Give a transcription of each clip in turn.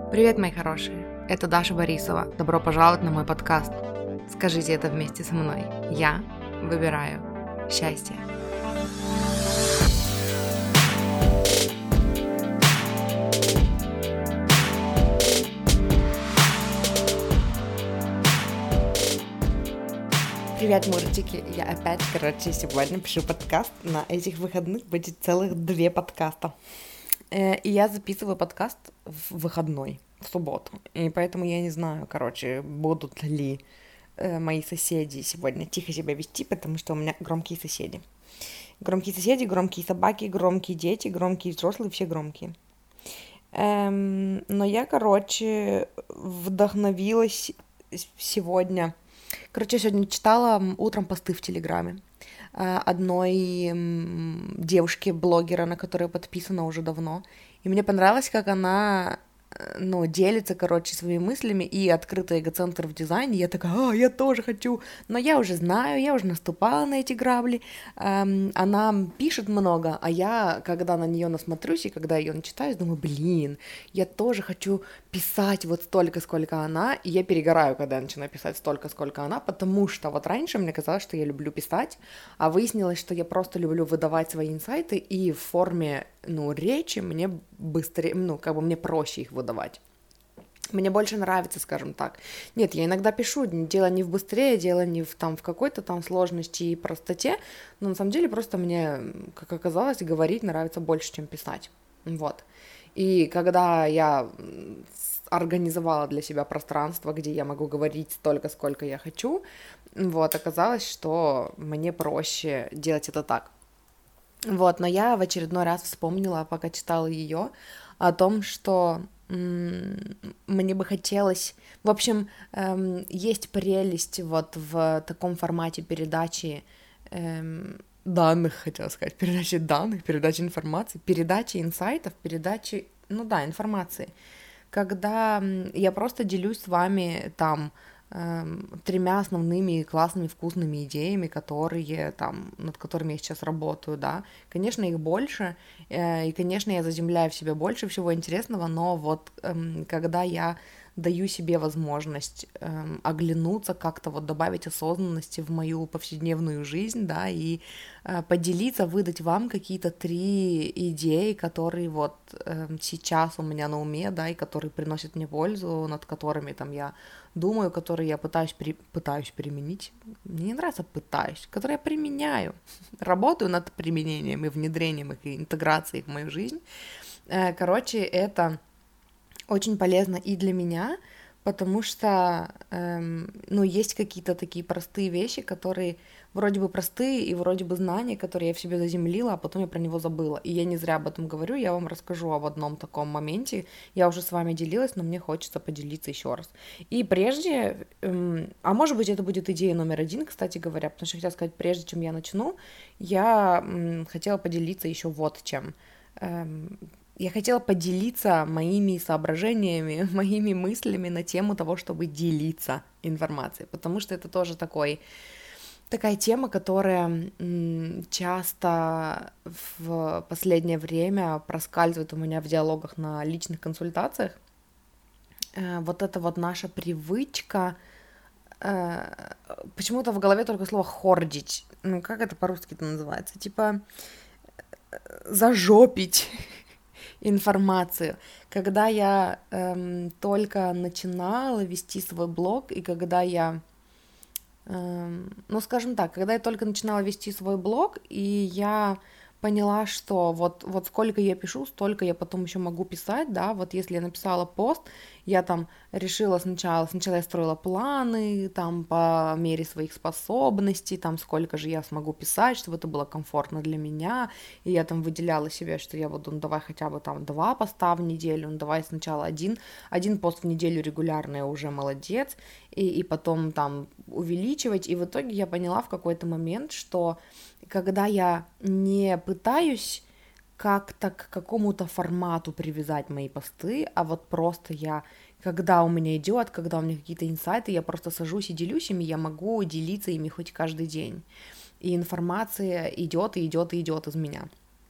Привет, мои хорошие! Это Даша Борисова. Добро пожаловать на мой подкаст. Скажите это вместе со мной. Я выбираю счастье. Привет, мурчики! Я опять, сегодня пишу подкаст. На этих выходных будет целых 2 подкаста. И я записываю подкаст в выходной, в субботу. И поэтому я не знаю, будут ли мои соседи сегодня тихо себя вести, потому что у меня громкие соседи. Громкие соседи, громкие собаки, громкие дети, громкие взрослые, все громкие. Но я, вдохновилась сегодня. Сегодня читала утром посты в Телеграме одной девушки-блогера, на которую подписана уже давно. И мне понравилось, как она, делится, своими мыслями, и открытый эгоцентр в дизайне. Я такая, я тоже хочу. Но я уже знаю, я уже наступала на эти грабли. Она пишет много, а я, когда на нее насмотрюсь и когда ее начитаю, думаю, я тоже хочу писать вот столько, сколько она, и я перегораю, когда я начинаю писать столько, сколько она, потому что вот раньше мне казалось, что я люблю писать, а выяснилось, что я просто люблю выдавать свои инсайты, и в форме, речи мне быстрее, мне проще их выдавать. Мне больше нравится, скажем так. Нет, я иногда пишу, дело не в быстрее, дело не в какой-то там сложности и простоте, но на самом деле просто мне, как оказалось, говорить нравится больше, чем писать. Вот. И когда я организовала для себя пространство, где я могу говорить столько, сколько я хочу, оказалось, что мне проще делать это так. Но я в очередной раз вспомнила, пока читала ее, о том, что мне бы хотелось... В общем, есть прелесть в таком формате передачи данных, хотела сказать, передачи данных, передачи информации, передачи инсайтов, передачи, информации, когда я просто делюсь с вами 3 основными классными вкусными идеями, над которыми я сейчас работаю, да. Конечно, их больше, и, конечно, я заземляю в себе больше всего интересного, но когда я даю себе возможность оглянуться, как-то добавить осознанности в мою повседневную жизнь, да, и поделиться, выдать вам какие-то 3 идеи, которые сейчас у меня на уме, да, и которые приносят мне пользу, над которыми я думаю, которые я пытаюсь применить. Мне не нравится пытаюсь, которые я применяю. Работаю над применением и внедрением их, и интеграцией в мою жизнь. Это очень полезно и для меня, потому что, есть какие-то такие простые вещи, которые вроде бы простые и вроде бы знания, которые я в себе заземлила, а потом я про него забыла. И я не зря об этом говорю, я вам расскажу об одном таком моменте. Я уже с вами делилась, но мне хочется поделиться еще раз. И прежде, а может быть, это будет идея номер 1, кстати говоря, потому что хотела сказать, прежде чем я начну, я хотела поделиться еще вот чем. Я хотела поделиться моими соображениями, моими мыслями на тему того, чтобы делиться информацией, потому что это тоже такая тема, которая часто в последнее время проскальзывает у меня в диалогах на личных консультациях. Это наша привычка, почему-то в голове только слово «хордить», как это по-русски-то называется, зажопить информацию. Когда я только начинала вести свой блог, и когда я, когда я только начинала вести свой блог, и я поняла, что сколько я пишу, столько я потом еще могу писать, да, если я написала пост, я решила сначала я строила планы, по мере своих способностей, сколько же я смогу писать, чтобы это было комфортно для меня, и я выделяла себе, что я буду, давай хотя бы 2 поста в неделю, давай сначала один пост в неделю регулярно, я уже молодец, и потом увеличивать, и в итоге я поняла в какой-то момент, что когда я не пытаюсь как-то к какому-то формату привязать мои посты, а просто когда у меня идет, когда у меня какие-то инсайты, я просто сажусь и делюсь ими, я могу делиться ими хоть каждый день. И информация идет и идет и идет из меня.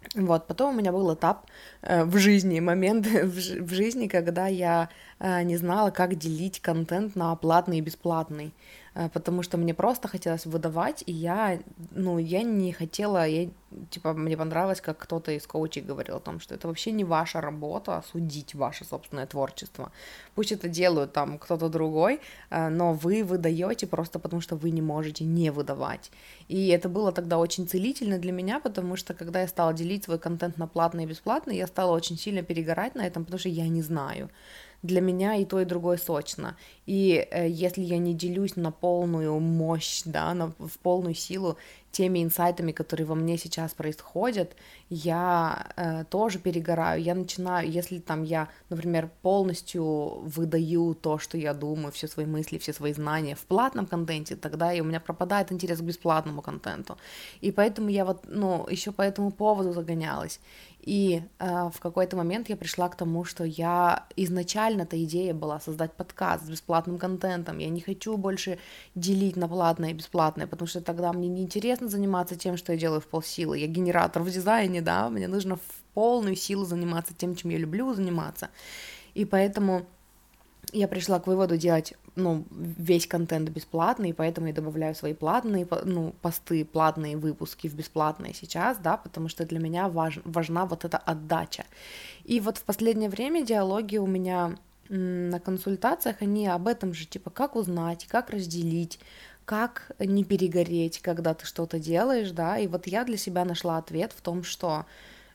Вот, потом у меня был этап в жизни, момент в жизни, когда я не знала, как делить контент на платный и бесплатный, потому что мне просто хотелось выдавать, и я не хотела, типа, мне понравилось, как кто-то из коучей говорил о том, что это вообще не ваша работа судить ваше собственное творчество, пусть это делают там кто-то другой, но вы выдаете просто потому, что вы не можете не выдавать. И это было тогда очень целительно для меня, потому что когда я стала делить свой контент на платный и бесплатный, я стала очень сильно перегорать на этом, потому что я не знаю. Для меня и то, и другое сочно. И если я не делюсь на полную мощь, да, в полную силу теми инсайтами, которые во мне сейчас происходят, я тоже перегораю. Я начинаю, если там я, например, полностью выдаю то, что я думаю, все свои мысли, все свои знания в платном контенте, тогда и у меня пропадает интерес к бесплатному контенту. И поэтому я еще по этому поводу загонялась. И в какой-то момент я пришла к тому, что изначально-то идея была создать подкаст с бесплатным контентом. Я не хочу больше делить на платное и бесплатное, потому что тогда мне неинтересно заниматься тем, что я делаю в полсилы. Я генератор в дизайне, да, мне нужно в полную силу заниматься тем, чем я люблю заниматься. И поэтому я пришла к выводу делать, весь контент бесплатный, и поэтому я добавляю свои платные, посты, платные выпуски в бесплатные сейчас, да, потому что для меня важна вот эта отдача. И вот в последнее время диалоги у меня на консультациях, они об этом же, типа, как узнать, как разделить, как не перегореть, когда ты что-то делаешь, да, и вот я для себя нашла ответ в том, что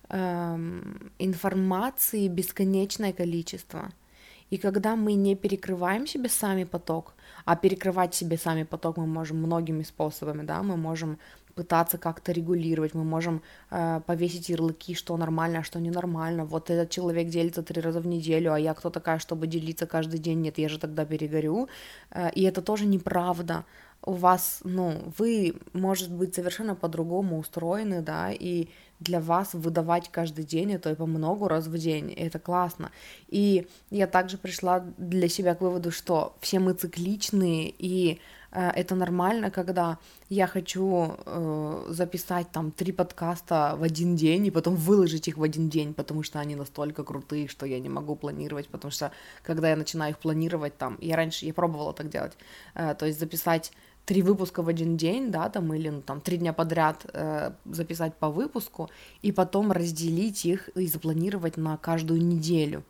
информации бесконечное количество. И когда мы не перекрываем себе сами поток, а перекрывать себе сами поток мы можем многими способами, да, мы можем пытаться как-то регулировать, мы можем повесить ярлыки, что нормально, а что ненормально. Вот этот человек делится 3 раза в неделю, а я кто такая, чтобы делиться каждый день? Нет, я же тогда перегорю. И это тоже неправда. У вас, вы, может быть, совершенно по-другому устроены, да, и для вас выдавать каждый день, это по много раз в день, и это классно. И я также пришла для себя к выводу, что все мы цикличные, и это нормально, когда я хочу записать там 3 подкаста в один день и потом выложить их в один день, потому что они настолько крутые, что я не могу планировать, потому что когда я начинаю их планировать, я пробовала так делать, то есть записать 3 выпуска в один день, да, там, или 3 дня подряд записать по выпуску, и потом разделить их и запланировать на каждую неделю.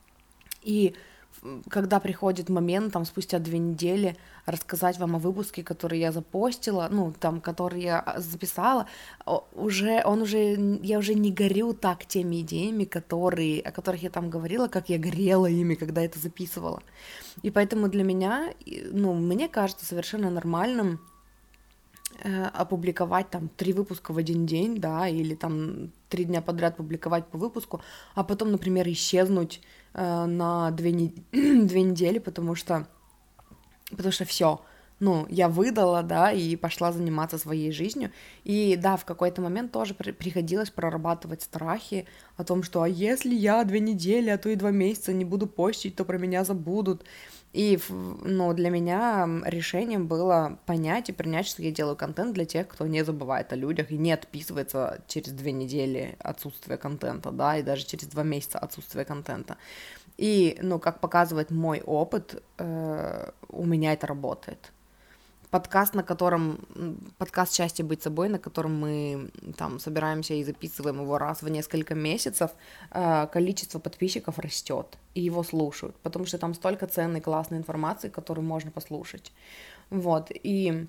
И когда приходит момент, спустя 2 недели, рассказать вам о выпуске, который я запостила, который я записала, я уже не горю так теми идеями, о которых я там говорила, как я горела ими, когда это записывала. И поэтому для меня, мне кажется совершенно нормальным опубликовать 3 выпуска в один день, да, или 3 дня подряд публиковать по выпуску, а потом, например, исчезнуть на 2 недели, потому что все, я выдала, да, и пошла заниматься своей жизнью, и да, в какой-то момент тоже приходилось прорабатывать страхи о том, что а если я 2 недели, а то и 2 месяца не буду постить, то про меня забудут. И, для меня решением было понять и принять, что я делаю контент для тех, кто не забывает о людях и не отписывается через 2 недели отсутствия контента, да, и даже через 2 месяца отсутствия контента. И, как показывает мой опыт, у меня это работает. Подкаст «Счастье быть собой», на котором мы собираемся и записываем его раз в несколько месяцев, количество подписчиков растет, и его слушают, потому что там столько ценной, классной информации, которую можно послушать. Вот, и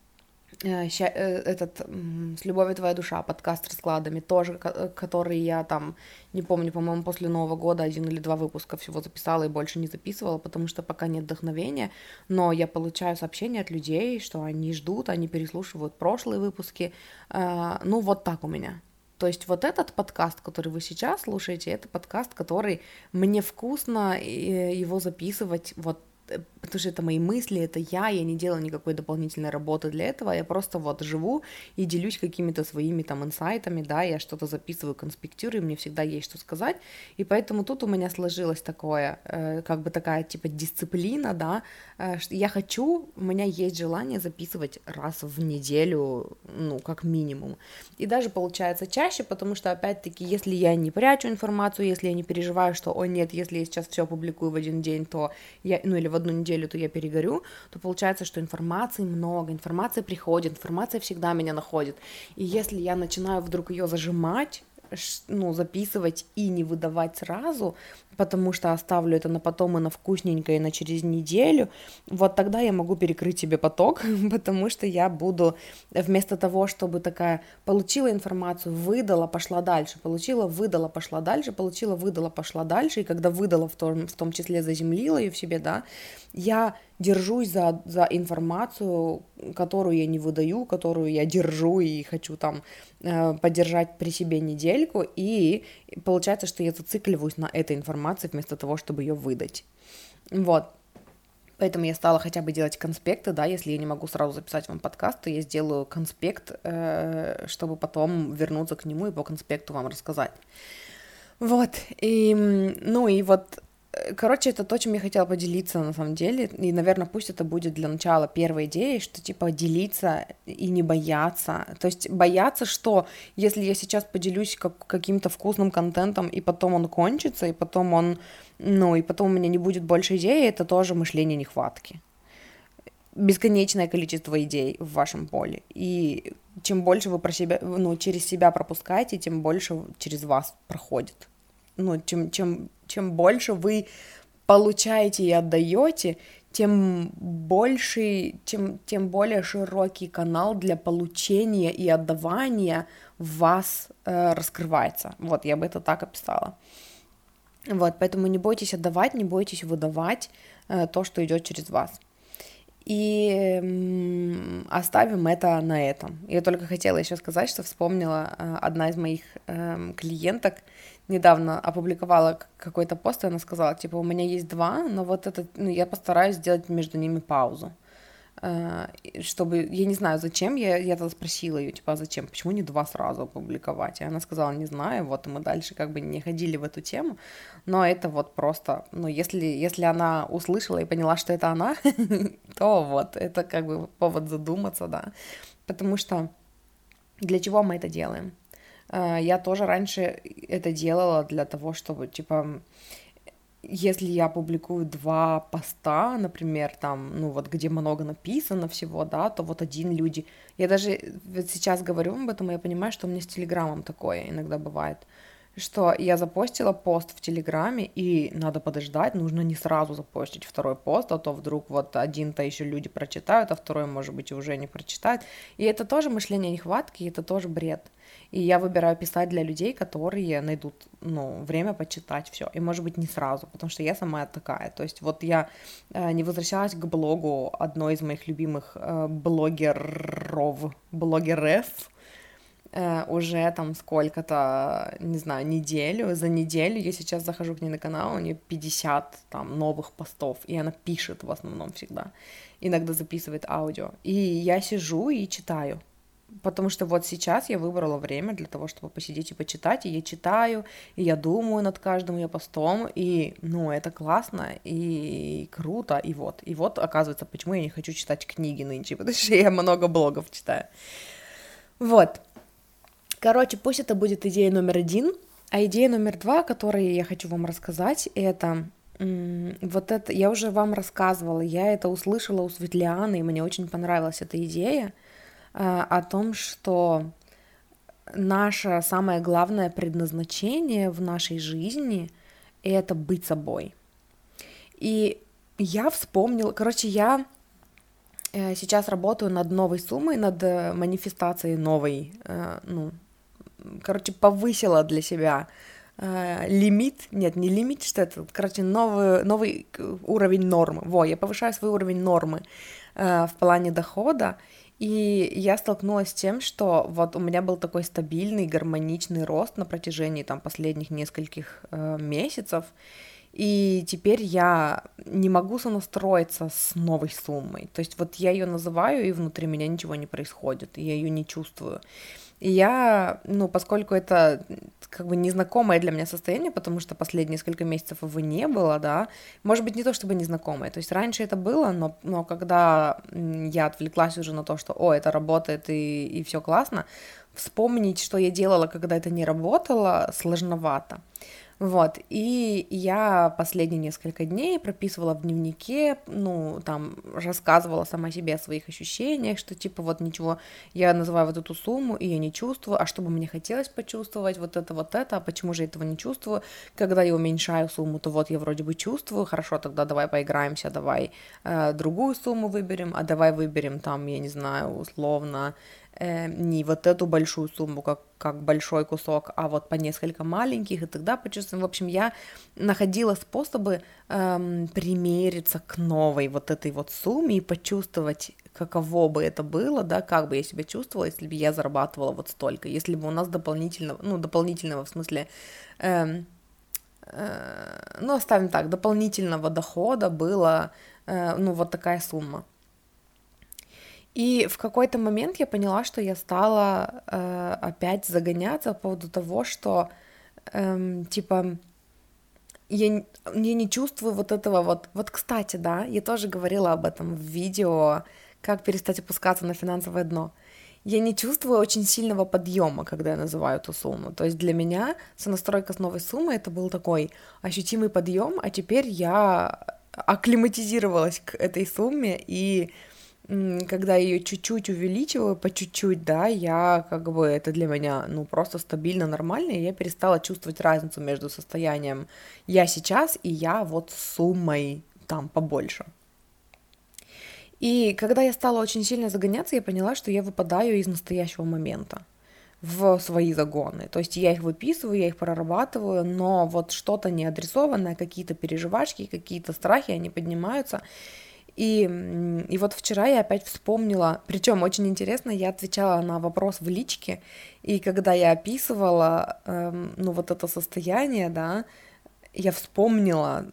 «С любовью твоя душа», подкаст с раскладами, тоже, который я не помню, по-моему, после Нового года 1 или 2 выпуска всего записала и больше не записывала, потому что пока нет вдохновения, но я получаю сообщения от людей, что они ждут, они переслушивают прошлые выпуски, вот так у меня. То есть вот этот подкаст, который вы сейчас слушаете, это подкаст, который мне вкусно его записывать вот потому что это мои мысли, это я не делаю никакой дополнительной работы для этого, я просто вот живу и делюсь какими-то своими там инсайтами, да, я что-то записываю, конспектирую, мне всегда есть что сказать, и поэтому тут у меня сложилось такое, как бы такая, типа, дисциплина, да, что я хочу, у меня есть желание записывать раз в неделю, ну, как минимум, и даже получается чаще, потому что, опять-таки, если я не прячу информацию, если я не переживаю, что, о нет, если я сейчас все публикую в один день, то я, ну, или в одну неделю, то я перегорю, то получается, что информации много, информация приходит, информация всегда меня находит, и если я начинаю вдруг ее зажимать, ну, записывать и не выдавать сразу, потому что оставлю это на потом и на вкусненькое, и на через неделю, вот тогда я могу перекрыть себе поток, потому что я буду вместо того, чтобы такая получила информацию, выдала, пошла дальше, получила, выдала, пошла дальше, получила, выдала, пошла дальше, и когда выдала, в том числе заземлила ее в себе, да, я держусь за информацию, которую я не выдаю, которую я держу и хочу там подержать при себе недельку, и получается, что я зацикливаюсь на этой информации вместо того, чтобы ее выдать. Вот. Поэтому я стала хотя бы делать конспекты, да, если я не могу сразу записать вам подкаст, то я сделаю конспект, чтобы потом вернуться к нему и по конспекту вам рассказать. Вот, и, ну и вот, короче, это то, чем я хотела поделиться на самом деле, и, наверное, пусть это будет для начала первой идеей, что, типа, делиться и не бояться, то есть бояться, что если я сейчас поделюсь каким-то вкусным контентом, и потом он кончится, и потом он, ну, и потом у меня не будет больше идей, это тоже мышление нехватки. Бесконечное количество идей в вашем поле, и чем больше вы про себя, ну, через себя пропускаете, тем больше через вас проходит. Ну, чем больше вы получаете и отдаете, тем больше, тем более широкий канал для получения и отдавания в вас раскрывается. Вот, я бы это так описала. Вот, поэтому не бойтесь отдавать, не бойтесь выдавать то, что идет через вас. И оставим это на этом. Я только хотела еще сказать, что вспомнила одна из моих клиенток недавно опубликовала какой-то пост, и она сказала, типа, у меня есть два, но вот это, ну, я постараюсь сделать между ними паузу. Чтобы, я не знаю, зачем, я тогда спросила ее, типа, а зачем, почему не два сразу опубликовать, и она сказала, не знаю, вот, и мы дальше как бы не ходили в эту тему, но это вот просто, ну, если она услышала и поняла, что это она, то вот, это как бы повод задуматься, да, потому что для чего мы это делаем? Я тоже раньше это делала для того, чтобы, типа, если я публикую два поста, например, там, ну вот, где много написано всего, да, то вот люди... Я даже вот сейчас говорю об этом, и я понимаю, что у меня с Телеграмом такое иногда бывает, что я запостила пост в Телеграме, и надо подождать, нужно не сразу запостить второй пост, а то вдруг вот один-то еще люди прочитают, а второй, может быть, и уже не прочитают. И это тоже мышление нехватки, и это тоже бред. И я выбираю писать для людей, которые найдут, ну, время почитать все. И, может быть, не сразу, потому что я сама такая. То есть вот я не возвращалась к блогу одной из моих любимых блогеров, уже там сколько-то, не знаю, неделю. За неделю я сейчас захожу к ней на канал, у нее 50 там новых постов, и она пишет в основном всегда. Иногда записывает аудио. И я сижу и читаю. Потому что вот сейчас я выбрала время для того, чтобы посидеть и почитать, и я читаю, и я думаю над каждым ее постом, и, ну, это классно, и круто, и вот, оказывается, почему я не хочу читать книги нынче, потому что я много блогов читаю. Вот, короче, пусть это будет идея номер 1, а идея номер 2, которую я хочу вам рассказать, это... Вот это, я уже вам рассказывала, я это услышала у Светланы, и мне очень понравилась эта идея, о том, что наше самое главное предназначение в нашей жизни — это быть собой. И я вспомнила, короче, я сейчас работаю над новой суммой, над манифестацией новой, ну, короче, повысила для себя лимит, нет, не лимит, что это, короче, новый уровень нормы, я повышаю свой уровень нормы в плане дохода, и я столкнулась с тем, что вот у меня был такой стабильный, гармоничный рост на протяжении там последних нескольких месяцев, И теперь я не могу сонастроиться с новой суммой. То есть вот я ее называю, и внутри меня ничего не происходит, и я ее не чувствую. И я, ну, поскольку это как бы незнакомое для меня состояние, потому что последние несколько месяцев его не было, да, может быть, не то чтобы незнакомое, то есть раньше это было, но когда я отвлеклась уже на то, что, о, это работает и все классно, вспомнить, что я делала, когда это не работало, сложновато. Вот, и я последние несколько дней прописывала в дневнике, ну, там, рассказывала сама себе о своих ощущениях, что, типа, вот ничего, я называю вот эту сумму, и я не чувствую, а что бы мне хотелось почувствовать, вот это, а почему же я этого не чувствую, когда я уменьшаю сумму, то вот я вроде бы чувствую, хорошо, тогда давай поиграемся, давай другую сумму выберем, а давай выберем там, я не знаю, условно, не вот эту большую сумму, как большой кусок, а вот по несколько маленьких, и тогда почувствуем. В общем, я находила способы примериться к новой вот этой вот сумме и почувствовать, каково бы это было, да, как бы я себя чувствовала, если бы я зарабатывала вот столько, если бы у нас дополнительного в смысле, ну, оставим так, дополнительного дохода было, ну, вот такая сумма. И в какой-то момент я поняла, что я стала опять загоняться по поводу того, что типа я не чувствую вот этого вот. Вот, кстати, да, я тоже говорила об этом в видео, как перестать опускаться на финансовое дно. Я не чувствую очень сильного подъема, когда я называю эту сумму. То есть для меня сонастройка с новой суммой это был такой ощутимый подъем, а теперь я акклиматизировалась к этой сумме, и когда я ее чуть-чуть увеличиваю, по чуть-чуть, да, я как бы это для меня, ну, просто стабильно, нормально, и я перестала чувствовать разницу между состоянием я сейчас и я вот с суммой там побольше. И когда я стала очень сильно загоняться, я поняла, что я выпадаю из настоящего момента в свои загоны. То есть я их выписываю, я их прорабатываю, но вот что-то неадресованное, какие-то переживашки, какие-то страхи, они поднимаются, и вот вчера я опять вспомнила, причем очень интересно, я отвечала на вопрос в личке, и когда я описывала, ну, вот это состояние, да, я вспомнила,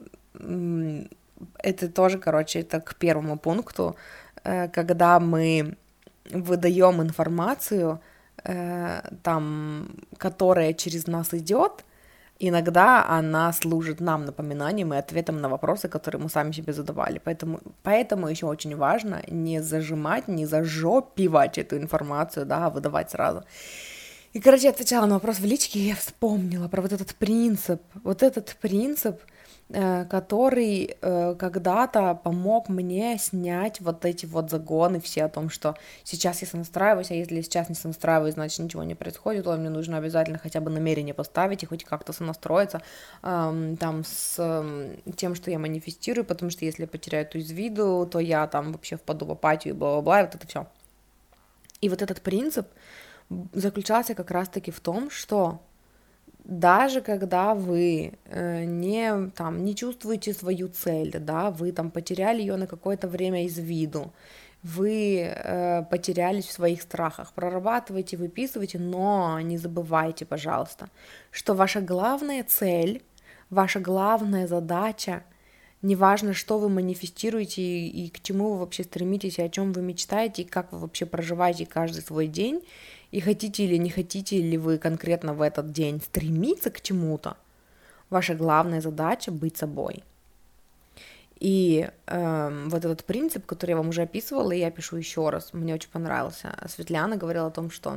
это тоже, короче, это к первому пункту, когда мы выдаем информацию, там, которая через нас идет. Иногда она служит нам напоминанием и ответом на вопросы, которые мы сами себе задавали. Поэтому еще очень важно не зажимать, не зажопивать эту информацию, да, а выдавать сразу. И, короче, я отвечала на вопрос в личке, и я вспомнила про вот этот принцип, который когда-то помог мне снять вот эти вот загоны все о том, что сейчас я сонастраиваюсь, а если сейчас не сонастраиваюсь, значит ничего не происходит, то мне нужно обязательно хотя бы намерение поставить и хоть как-то сонастроиться там с тем, что я манифестирую, потому что если я потеряю это из виду, то я там вообще впаду в апатию и бла-бла-бла, и вот это все. И вот этот принцип заключался как раз-таки в том, что даже когда вы не чувствуете свою цель, да, вы там потеряли ее на какое-то время из виду, вы потерялись в своих страхах, прорабатывайте, выписывайте, но не забывайте, пожалуйста, что ваша главная цель, ваша главная задача, неважно, что вы манифестируете и к чему вы вообще стремитесь, и о чем вы мечтаете, и как вы вообще проживаете каждый свой день, и хотите или не хотите ли вы конкретно в этот день стремиться к чему-то, ваша главная задача быть собой. И вот этот принцип, который я вам уже описывала, и я пишу еще раз, мне очень понравился. Светлана говорила о том, что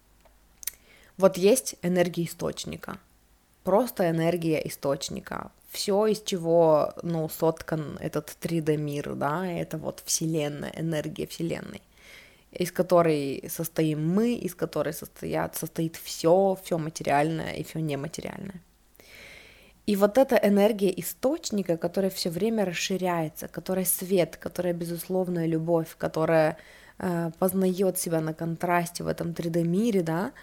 вот есть энергия источника, просто энергия источника. Все, из чего, ну, соткан этот 3D-мир, да, это вот вселенная, энергия вселенной, из которой состоим мы, из которой состоит все материальное и все нематериальное. И вот эта энергия источника, которая все время расширяется, которая свет, которая безусловная любовь, которая познает себя на контрасте в этом 3D-мире, да,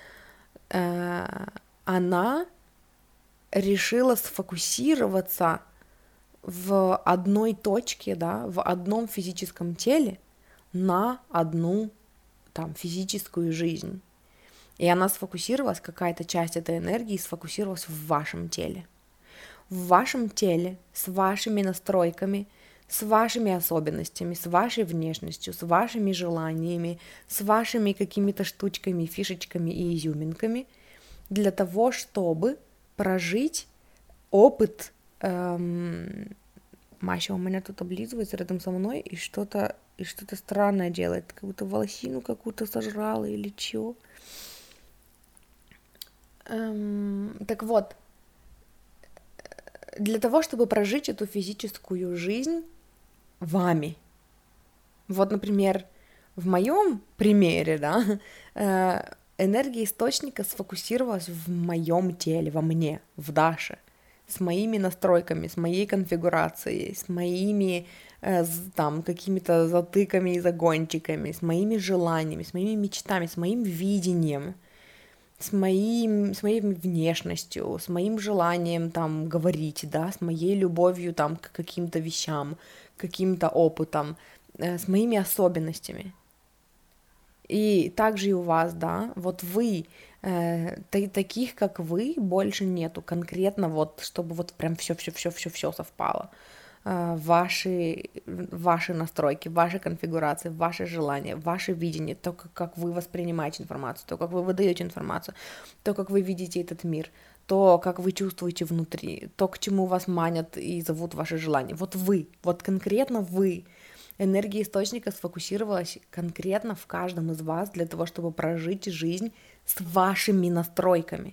она решила сфокусироваться в одной точке, да, в одном физическом теле на одну там физическую жизнь. И она сфокусировалась, какая-то часть этой энергии сфокусировалась в вашем теле. в вашем теле, с вашими настройками, с вашими особенностями, с вашей внешностью, с вашими желаниями, с вашими какими-то штучками, фишечками и изюминками для того, чтобы прожить опыт. Мася у меня тут облизывается рядом со мной и что-то странное делает, как будто волосину какую-то сожрала или чё. Так вот, для того, чтобы прожить эту физическую жизнь вами. Вот, например, в моем примере, да, энергия источника сфокусировалась в моем теле, во мне, в Даше, с моими настройками, с моей конфигурацией, с моими там какими-то затыками и загончиками, с моими желаниями, с моими мечтами, с моим видением, с моей внешностью, с моим желанием там говорить, да, с моей любовью там к каким-то вещам, к каким-то опытам, с моими особенностями. И также и у вас, да, вот вы, таких как вы, больше нету, конкретно вот, чтобы вот прям все совпало. Ваши настройки, ваши конфигурации, ваши желания, ваше видение, то, как вы воспринимаете информацию, то, как вы выдаете информацию, то, как вы видите этот мир, то, как вы чувствуете внутри, то, к чему вас манят и зовут ваши желания. Вот вы, вот конкретно вы. Энергия источника сфокусировалась конкретно в каждом из вас для того, чтобы прожить жизнь с вашими настройками.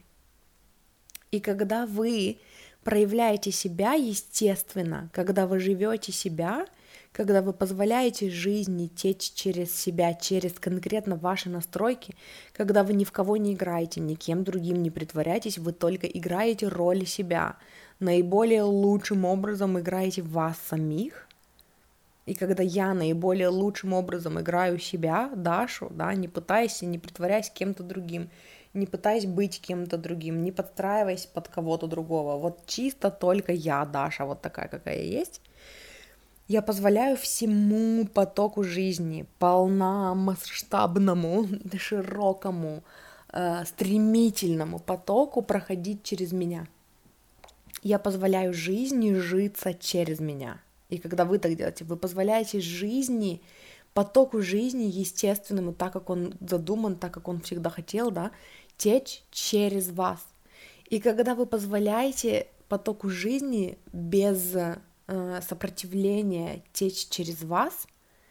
И когда вы проявляете себя естественно, когда вы живете себя, когда вы позволяете жизни течь через себя, через конкретно ваши настройки, когда вы ни в кого не играете, никем другим не притворяетесь, вы только играете роль себя, наиболее лучшим образом играете вас самих. И когда я наиболее лучшим образом играю себя, Дашу, да, не пытаясь и не притворяясь кем-то другим, не пытаясь быть кем-то другим, не подстраиваясь под кого-то другого, вот чисто только я, Даша, вот такая, какая я есть, я позволяю всему потоку жизни, полномасштабному, широкому, стремительному потоку проходить через меня. Я позволяю жизни житься через меня. И когда вы так делаете, вы позволяете жизни, потоку жизни естественному, так как он задуман, так как он всегда хотел, да, течь через вас. И когда вы позволяете потоку жизни без сопротивления течь через вас,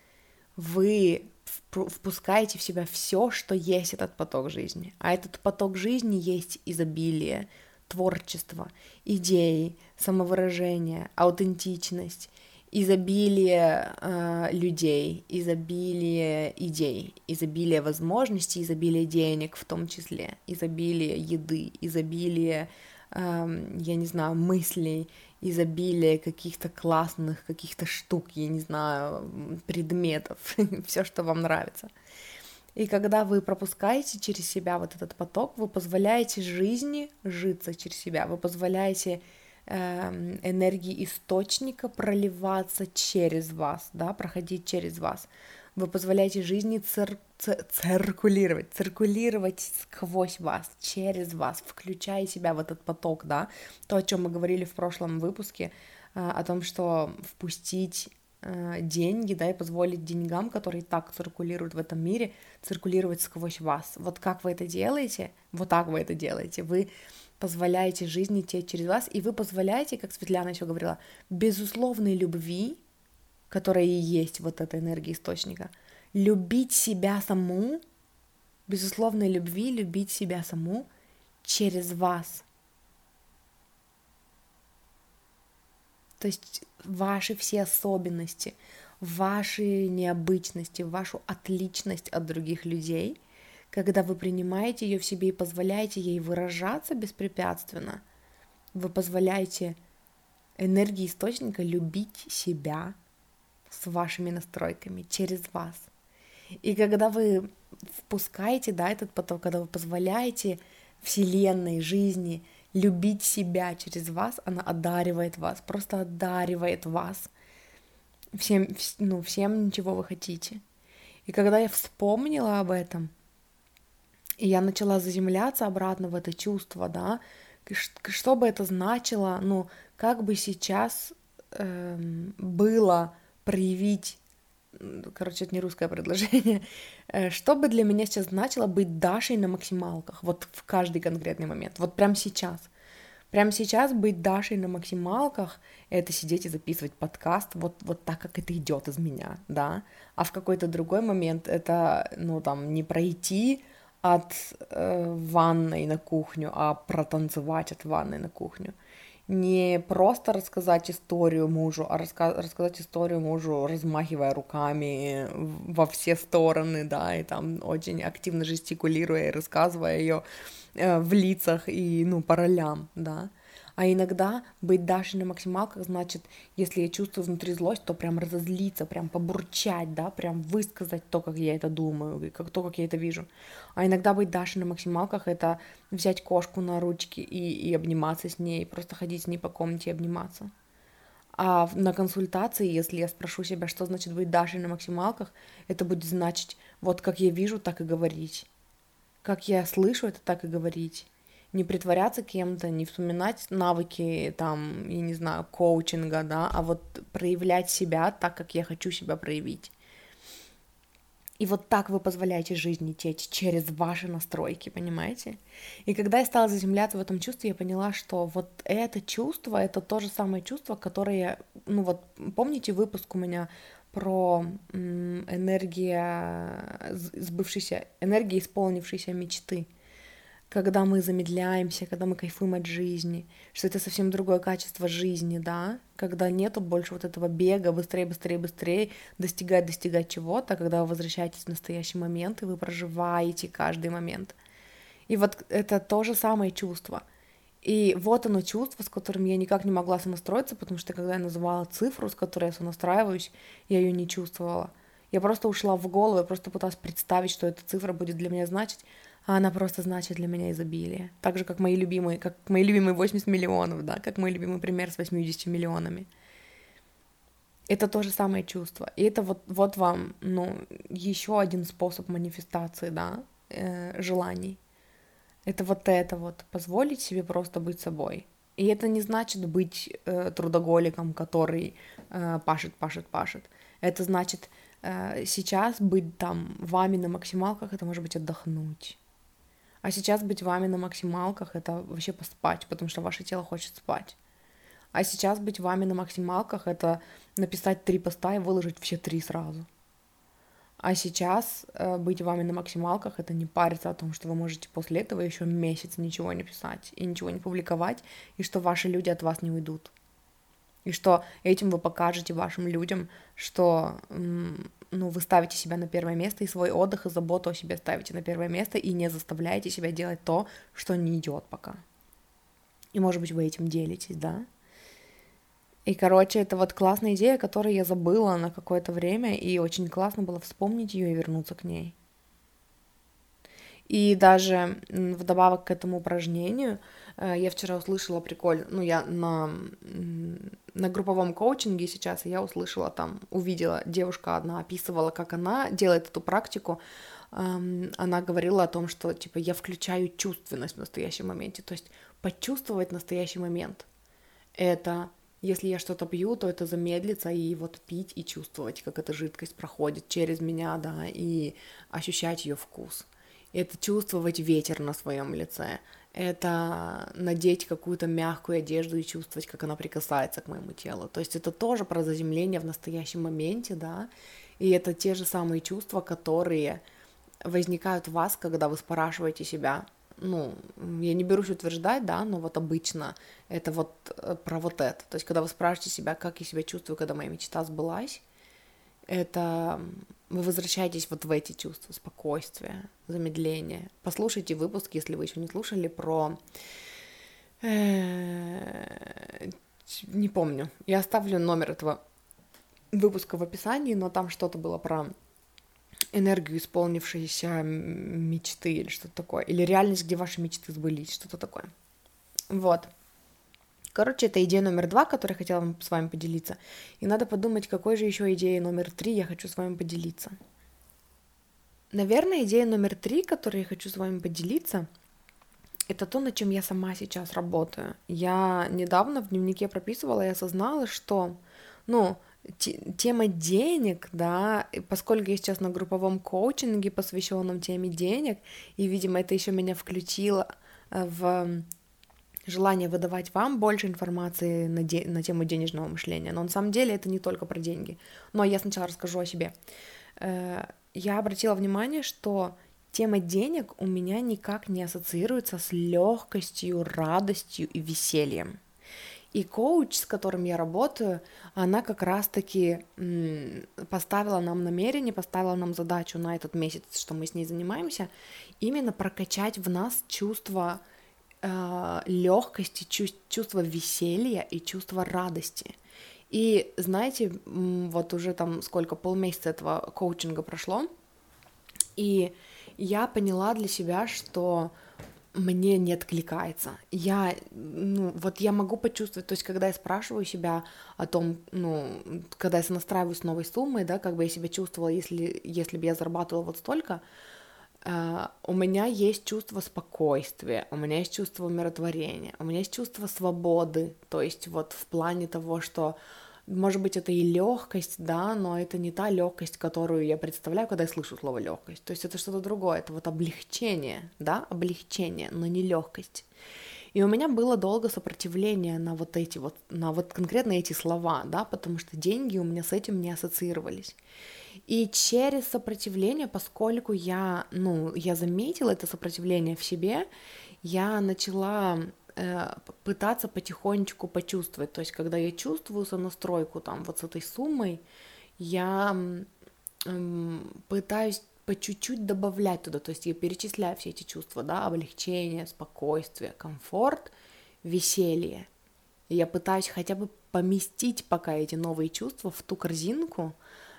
вы впускаете в себя все, что есть этот поток жизни. А этот поток жизни есть изобилие, творчество, идеи, самовыражение, аутентичность, изобилие людей, изобилие идей, изобилие возможностей, изобилие денег в том числе, изобилие еды, изобилие, я не знаю, мыслей, изобилие каких-то классных, каких-то штук, я не знаю, предметов, все, что вам нравится. И когда вы пропускаете через себя вот этот поток, вы позволяете жизни житься через себя, вы позволяете энергии источника проливаться через вас, да, проходить через вас. Вы позволяете жизни циркулировать сквозь вас, через вас, включая себя в этот поток, да, то, о чем мы говорили в прошлом выпуске, о том, что впустить деньги, да, и позволить деньгам, которые так циркулируют в этом мире, циркулировать сквозь вас. Вот как вы это делаете? Вот так вы это делаете. Вы позволяете жизни течь через вас, и вы позволяете, как Светлана еще говорила, безусловной любви, которая и есть вот эта энергия источника, любить себя саму, безусловной любви, любить себя саму через вас. То есть ваши все особенности, ваши необычности, вашу отличность от других людей, когда вы принимаете ее в себе и позволяете ей выражаться беспрепятственно, вы позволяете энергии источника любить себя с вашими настройками через вас. И когда вы впускаете, да, этот поток, когда вы позволяете Вселенной, жизни любить себя через вас, она одаривает вас, просто одаривает вас всем, всем, чего вы хотите. И когда я вспомнила об этом, и я начала заземляться обратно в это чувство, да, что бы это значило, ну, как бы сейчас было проявить, короче, это не русское предложение, что бы для меня сейчас значило быть Дашей на максималках, вот в каждый конкретный момент, вот прямо сейчас. Прямо сейчас быть Дашей на максималках — это сидеть и записывать подкаст вот так, как это идет из меня, да. А в какой-то другой момент это, ну, там, не пройти от ванной на кухню, а протанцевать от ванной на кухню. Не просто рассказать историю мужу, а рассказать историю мужу, размахивая руками во все стороны, да, и там очень активно жестикулируя и рассказывая ее в лицах и, ну, по ролям, да. А иногда быть Дашей на максималках значит, если я чувствую внутри злость, то прям разозлиться, прям побурчать, да, прям высказать то, как я это думаю, как я это вижу. А иногда быть Дашей на максималках — это взять кошку на ручки и обниматься с ней, просто ходить с ней по комнате и обниматься. А на консультации, если я спрошу себя, что значит быть Дашей на максималках, это будет значить, вот как я вижу, так и говорить. Как я слышу, это так и говорить. Не притворяться кем-то, не вспоминать навыки, там, я не знаю, коучинга, да, а вот проявлять себя так, как я хочу себя проявить. И вот так вы позволяете жизни течь через ваши настройки, понимаете? И когда я стала заземляться в этом чувстве, я поняла, что вот это чувство, это то же самое чувство, которое, ну вот, помните выпуск у меня про энергия исполнившейся мечты, когда мы замедляемся, когда мы кайфуем от жизни, что это совсем другое качество жизни, да, когда нету больше вот этого бега, быстрее, быстрее, быстрее, достигать чего-то, когда вы возвращаетесь в настоящий момент, и вы проживаете каждый момент. И вот это то же самое чувство. И вот оно чувство, с которым я никак не могла сонастроиться, потому что когда я называла цифру, с которой я сонастраиваюсь, я ее не чувствовала. Я просто ушла в голову, я просто пыталась представить, что эта цифра будет для меня значить, а она просто значит для меня изобилие. Так же, как мои любимые 80 миллионов, да, как мой любимый пример с 80 миллионами. Это то же самое чувство. И это вот вам, ну, еще один способ манифестации, да, желаний. Это вот, позволить себе просто быть собой. И это не значит быть трудоголиком, который пашет. Это значит сейчас быть там вами на максималках, это может быть отдохнуть. А сейчас быть вами на максималках — это вообще поспать, потому что ваше тело хочет спать. А сейчас быть вами на максималках — это написать 3 поста и выложить все 3 сразу. А сейчас быть вами на максималках — это не париться о том, что вы можете после этого еще месяц ничего не писать и ничего не публиковать, и что ваши люди от вас не уйдут. И что этим вы покажете вашим людям, что ну, вы ставите себя на первое место, и свой отдых и заботу о себе ставите на первое место, и не заставляете себя делать то, что не идет пока. И, может быть, вы этим делитесь, да? И, короче, это вот классная идея, которую я забыла на какое-то время, и очень классно было вспомнить ее и вернуться к ней. И даже вдобавок к этому упражнению я вчера услышала прикольно, ну, я на групповом коучинге сейчас, и я услышала там, увидела, девушка одна описывала, как она делает эту практику. Она говорила о том, что, типа, я включаю чувственность в настоящем моменте, то есть почувствовать настоящий момент. Это, если я что-то пью, то это замедлиться и вот пить и чувствовать, как эта жидкость проходит через меня, да, и ощущать ее вкус. Это чувствовать ветер на своем лице, это надеть какую-то мягкую одежду и чувствовать, как она прикасается к моему телу. То есть это тоже про заземление в настоящем моменте, да, и это те же самые чувства, которые возникают у вас, когда вы спрашиваете себя, ну, я не берусь утверждать, да, но вот обычно это вот про вот это. То есть когда вы спрашиваете себя, как я себя чувствую, когда моя мечта сбылась, это вы возвращаетесь вот в эти чувства спокойствия, замедления. Послушайте выпуск, если вы еще не слушали, про... Не помню. Я оставлю номер этого выпуска в описании, но там что-то было про энергию исполнившейся мечты или что-то такое. Или реальность, где ваши мечты сбылись, что-то такое. Вот. Короче, это идея номер 2, которую я хотела с вами поделиться. И надо подумать, какой же еще идеей номер 3 я хочу с вами поделиться. Наверное, идея номер 3, которой я хочу с вами поделиться, это то, над чем я сама сейчас работаю. Я недавно в дневнике прописывала и осознала, что, ну, тема денег, да, и поскольку я сейчас на групповом коучинге, посвященном теме денег, и, видимо, это еще меня включило в желание выдавать вам больше информации на тему денежного мышления. Но на самом деле это не только про деньги. Но я сначала расскажу о себе. Я обратила внимание, что тема денег у меня никак не ассоциируется с легкостью, радостью и весельем. И коуч, с которым я работаю, она как раз-таки поставила нам намерение, поставила нам задачу на этот месяц, что мы с ней занимаемся, именно прокачать в нас чувство легкости, чувство веселья и чувство радости. И знаете, вот уже там сколько, полмесяца этого коучинга прошло, и я поняла для себя, что мне не откликается. Вот я могу почувствовать, то есть когда я спрашиваю себя о том, когда я сонастраиваюсь с новой суммой, да, как бы я себя чувствовала, если бы я зарабатывала вот столько, у меня есть чувство спокойствия, у меня есть чувство умиротворения, у меня есть чувство свободы, то есть вот в плане того, что, может быть, это и легкость, да, но это не та легкость, которую я представляю, когда я слышу слово легкость, то есть это что-то другое, это вот облегчение, да, облегчение, но не легкость. И у меня было долго сопротивление на вот конкретно эти слова, да, потому что деньги у меня с этим не ассоциировались. И через сопротивление, поскольку я заметила это сопротивление в себе, я начала пытаться потихонечку почувствовать. То есть, когда я чувствую сонастройку там вот с этой суммой, я пытаюсь по чуть-чуть добавлять туда, то есть я перечисляю все эти чувства, да, облегчение, спокойствие, комфорт, веселье. И я пытаюсь хотя бы поместить пока эти новые чувства в ту корзинку,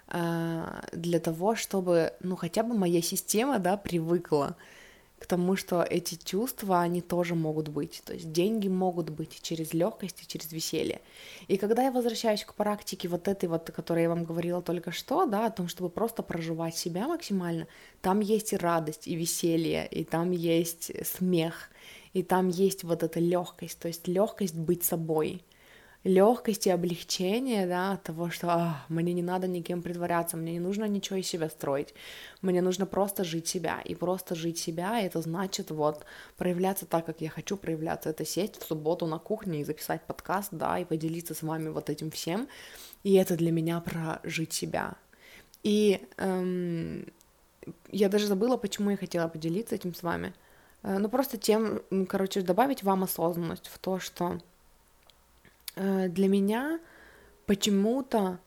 для того, чтобы, хотя бы моя система, да, привыкла к тому, что эти чувства, они тоже могут быть, то есть деньги могут быть через легкость и через веселье. И когда я возвращаюсь к практике вот этой вот, о которой я вам говорила только что, да, о том, чтобы просто проживать себя максимально, там есть и радость, и веселье, и там есть смех, и там есть вот эта легкость, то есть легкость быть собой. Легкость и облегчение, да, от того, что мне не надо никем притворяться, мне не нужно ничего из себя строить, мне нужно просто жить себя, и просто жить себя, это значит вот проявляться так, как я хочу проявляться, это сесть в субботу на кухне и записать подкаст, да, и поделиться с вами вот этим всем, и это для меня про жить себя. И я даже забыла, почему я хотела поделиться этим с вами, просто добавить вам осознанность в то, что для меня почему-то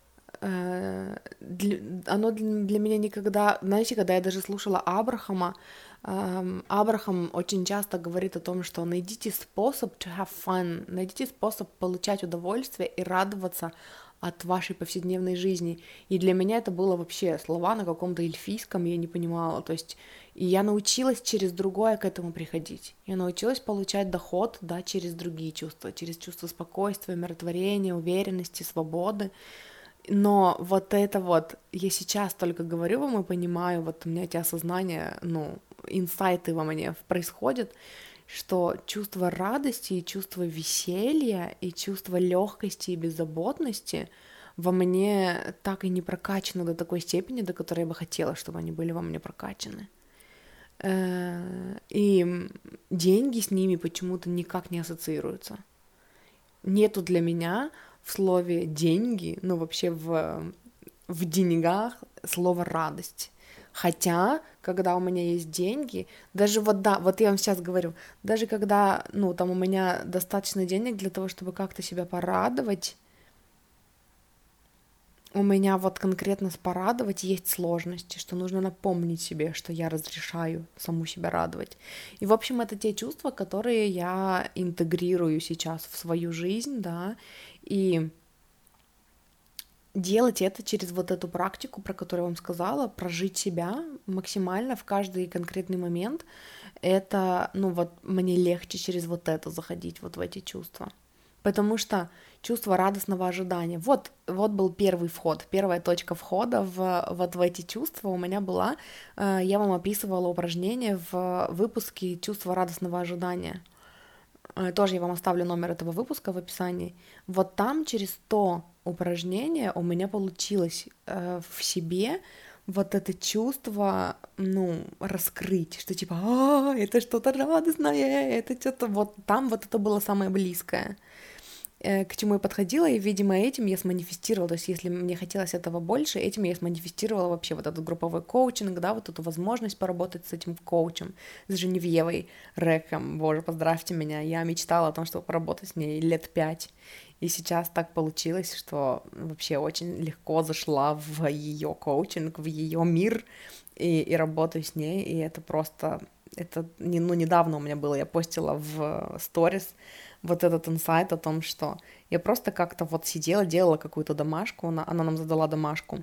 оно для меня никогда... Знаете, когда я даже слушала Абрахама, Абрахам очень часто говорит о том, что найдите способ to have fun, найдите способ получать удовольствие и радоваться от вашей повседневной жизни. И для меня это было вообще слова на каком-то эльфийском, я не понимала. То есть и я научилась через другое к этому приходить. Я научилась получать доход, да, через другие чувства, через чувство спокойствия, умиротворения, уверенности, свободы. Но вот это вот, я сейчас только говорю вам и понимаю, вот у меня эти осознания, инсайты во мне происходят, что чувство радости и чувство веселья и чувство легкости и беззаботности во мне так и не прокачаны до такой степени, до которой я бы хотела, чтобы они были во мне прокачаны. И деньги с ними почему-то никак не ассоциируются. Нету для меня в слове «деньги», вообще в деньгах слова «радость». Хотя, когда у меня есть деньги, даже вот я вам сейчас говорю, даже когда, там у меня достаточно денег для того, чтобы как-то себя порадовать, у меня вот конкретно с порадовать есть сложности, что нужно напомнить себе, что я разрешаю саму себя радовать. И, в общем, это те чувства, которые я интегрирую сейчас в свою жизнь, да, и делать это через вот эту практику, про которую я вам сказала, прожить себя максимально в каждый конкретный момент, это, мне легче через вот это заходить, вот в эти чувства. Потому что чувство радостного ожидания. Вот был первый вход, первая точка входа в эти чувства у меня была. Я вам описывала упражнение в выпуске «Чувство радостного ожидания». Тоже я вам оставлю номер этого выпуска в описании. Вот там через то упражнение у меня получилось в себе вот это чувство, раскрыть, что типа, это что-то радостное, это что-то вот там вот это было самое близкое, к чему я подходила, и, видимо, этим я сманифестировала, то есть если мне хотелось этого больше, этим я сманифестировала вообще вот этот групповой коучинг, да, вот эту возможность поработать с этим коучем, с Женевьевой Рэком, боже, поздравьте меня, я мечтала о том, чтобы поработать с ней лет 5, и сейчас так получилось, что вообще очень легко зашла в ее коучинг, в ее мир, и работаю с ней, и это просто, это, недавно у меня было, я постила в сторис вот этот инсайт о том, что я просто как-то вот сидела, делала какую-то домашку, она нам задала домашку,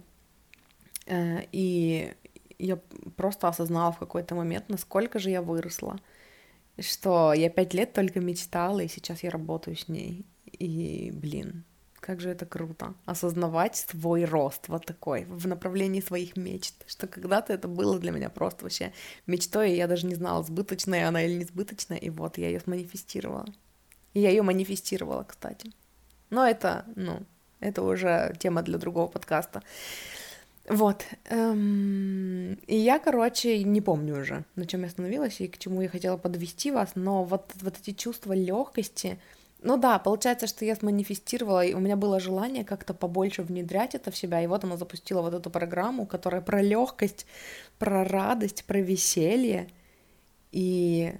и я просто осознала в какой-то момент, насколько же я выросла, что я 5 лет только мечтала, и сейчас я работаю с ней, и, блин, как же это круто, осознавать свой рост вот такой, в направлении своих мечт, что когда-то это было для меня просто вообще мечтой, и я даже не знала, сбыточная она или не сбыточная, и вот я ее сманифестировала. И я ее манифестировала, кстати. Но это уже тема для другого подкаста. Вот. И я, короче, не помню уже, на чем я остановилась и к чему я хотела подвести вас, но вот эти чувства легкости, получается, что я сманифестировала, и у меня было желание как-то побольше внедрять это в себя, и вот она запустила вот эту программу, которая про легкость, про радость, про веселье, и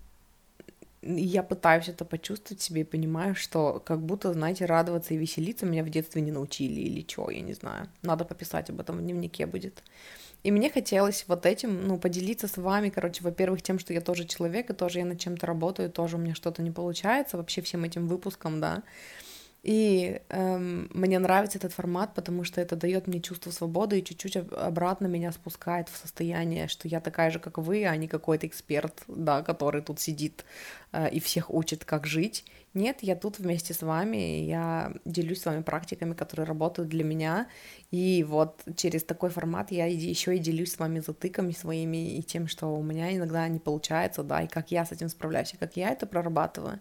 я пытаюсь это почувствовать в себе и понимаю, что как будто, знаете, радоваться и веселиться меня в детстве не научили или что, я не знаю. Надо пописать об этом в дневнике будет. И мне хотелось вот этим, поделиться с вами, короче, во-первых, тем, что я тоже человек, и тоже я над чем-то работаю, тоже у меня что-то не получается, вообще всем этим выпуском, да. И мне нравится этот формат, потому что это дает мне чувство свободы и чуть-чуть обратно меня спускает в состояние, что я такая же, как вы, а не какой-то эксперт, да, который тут сидит и всех учит, как жить. Нет, я тут вместе с вами, и я делюсь с вами практиками, которые работают для меня, и вот через такой формат я еще и делюсь с вами затыками своими и тем, что у меня иногда не получается, да, и как я с этим справляюсь, и как я это прорабатываю.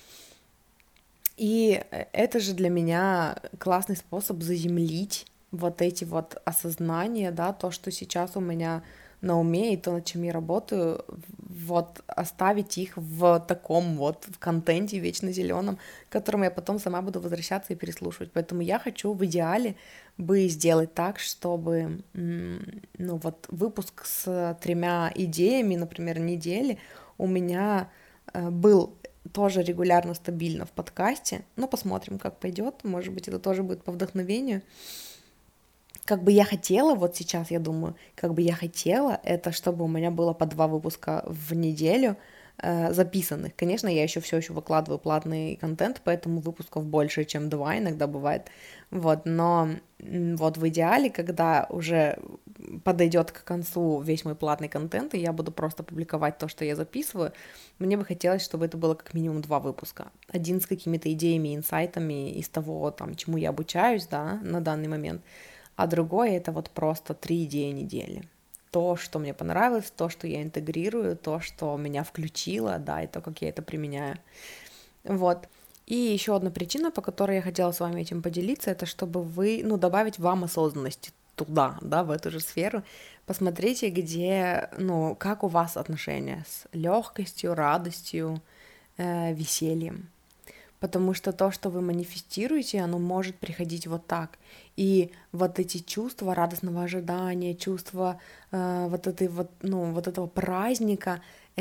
И это же для меня классный способ заземлить вот эти вот осознания, да, то, что сейчас у меня на уме, и то, над чем я работаю, вот оставить их в таком вот в контенте вечно зеленом, к которому я потом сама буду возвращаться и переслушивать. Поэтому я хочу в идеале бы сделать так, чтобы, выпуск с 3 идеями, например, недели у меня был тоже регулярно, стабильно в подкасте. Посмотрим, как пойдет. Может быть, это тоже будет по вдохновению. Как бы я хотела, вот сейчас я думаю, как бы я хотела, это чтобы у меня было по 2 выпуска в неделю записанных. Конечно, я еще все еще выкладываю платный контент, поэтому выпусков больше, чем 2 иногда бывает. Вот, но вот в идеале, когда уже подойдет к концу весь мой платный контент, и я буду просто публиковать то, что я записываю, мне бы хотелось, чтобы это было как минимум 2 выпуска. Один с какими-то идеями, инсайтами из того, там, чему я обучаюсь, да, на данный момент, а другой — это вот просто 3 идеи недели. То, что мне понравилось, то, что я интегрирую, то, что меня включило, да, и то, как я это применяю. Вот. И еще одна причина, по которой я хотела с вами этим поделиться, это чтобы вы, добавить вам осознанности туда, да, в эту же сферу. Посмотрите, где, как у вас отношения с легкостью, радостью, весельем. Потому что то, что вы манифестируете, оно может приходить вот так. И вот эти чувства радостного ожидания, чувства вот этого праздника,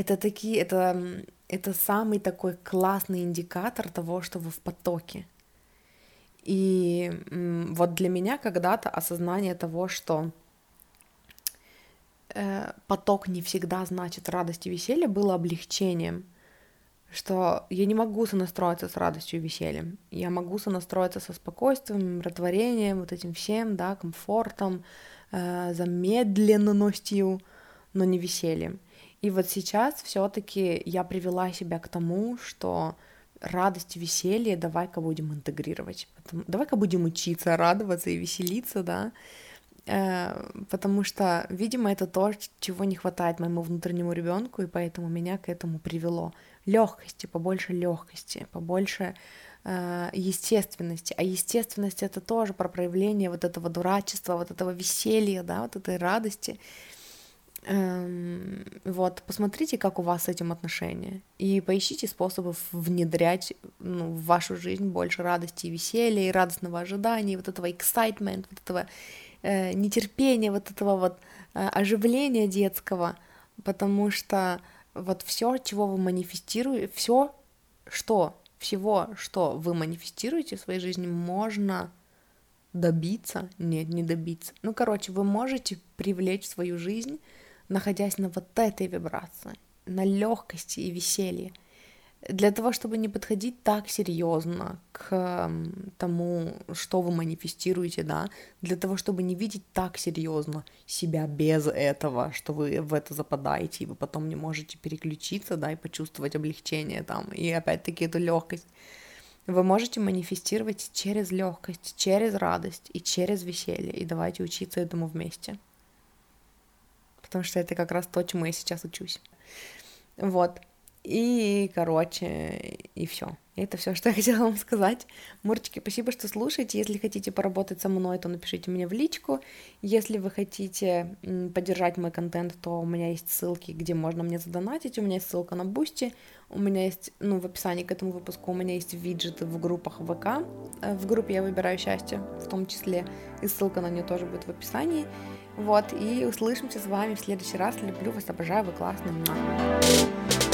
это самый такой классный индикатор того, что вы в потоке. И вот для меня когда-то осознание того, что поток не всегда значит радость и веселье, было облегчением. Что я не могу сонастроиться с радостью и весельем. Я могу сонастроиться со спокойствием, умиротворением, вот этим всем, да, комфортом, замедленностью, но не весельем. И вот сейчас все-таки я привела себя к тому, что радость и веселье давай-ка будем интегрировать. Давай-ка будем учиться радоваться и веселиться, да, потому что, видимо, это то, чего не хватает моему внутреннему ребенку, и поэтому меня к этому привело. Легкости, побольше естественности. А естественность — это тоже про проявление вот этого дурачества, вот этого веселья, да, вот этой радости. Вот, посмотрите, как у вас с этим отношения, и поищите способы внедрять в вашу жизнь больше радости и веселья, и радостного ожидания, и вот этого excitement, вот этого нетерпения, вот этого вот оживления детского, потому что вот все, чего вы манифестируете, всего, что вы манифестируете в своей жизни, можно добиться, нет, не добиться. Ну, короче, вы можете привлечь в свою жизнь, находясь на вот этой вибрации, на легкости и веселье, для того, чтобы не подходить так серьезно к тому, что вы манифестируете, да, для того, чтобы не видеть так серьезно себя без этого, что вы в это западаете, и вы потом не можете переключиться, да, и почувствовать облегчение там, и опять-таки эту легкость. Вы можете манифестировать через легкость, через радость и через веселье, и давайте учиться этому вместе. Потому что это как раз то, чему я сейчас учусь. Вот. И, короче, и все. Это все, что я хотела вам сказать. Мурчики, спасибо, что слушаете. Если хотите поработать со мной, то напишите мне в личку. Если вы хотите поддержать мой контент, то у меня есть ссылки, где можно мне задонатить. У меня есть ссылка на Boosty. У меня есть, в описании к этому выпуску у меня есть виджеты в группах ВК. В группе «Я выбираю счастье» в том числе. И ссылка на нее тоже будет в описании. Вот, и услышимся с вами в следующий раз. Люблю вас, обожаю, вы классные.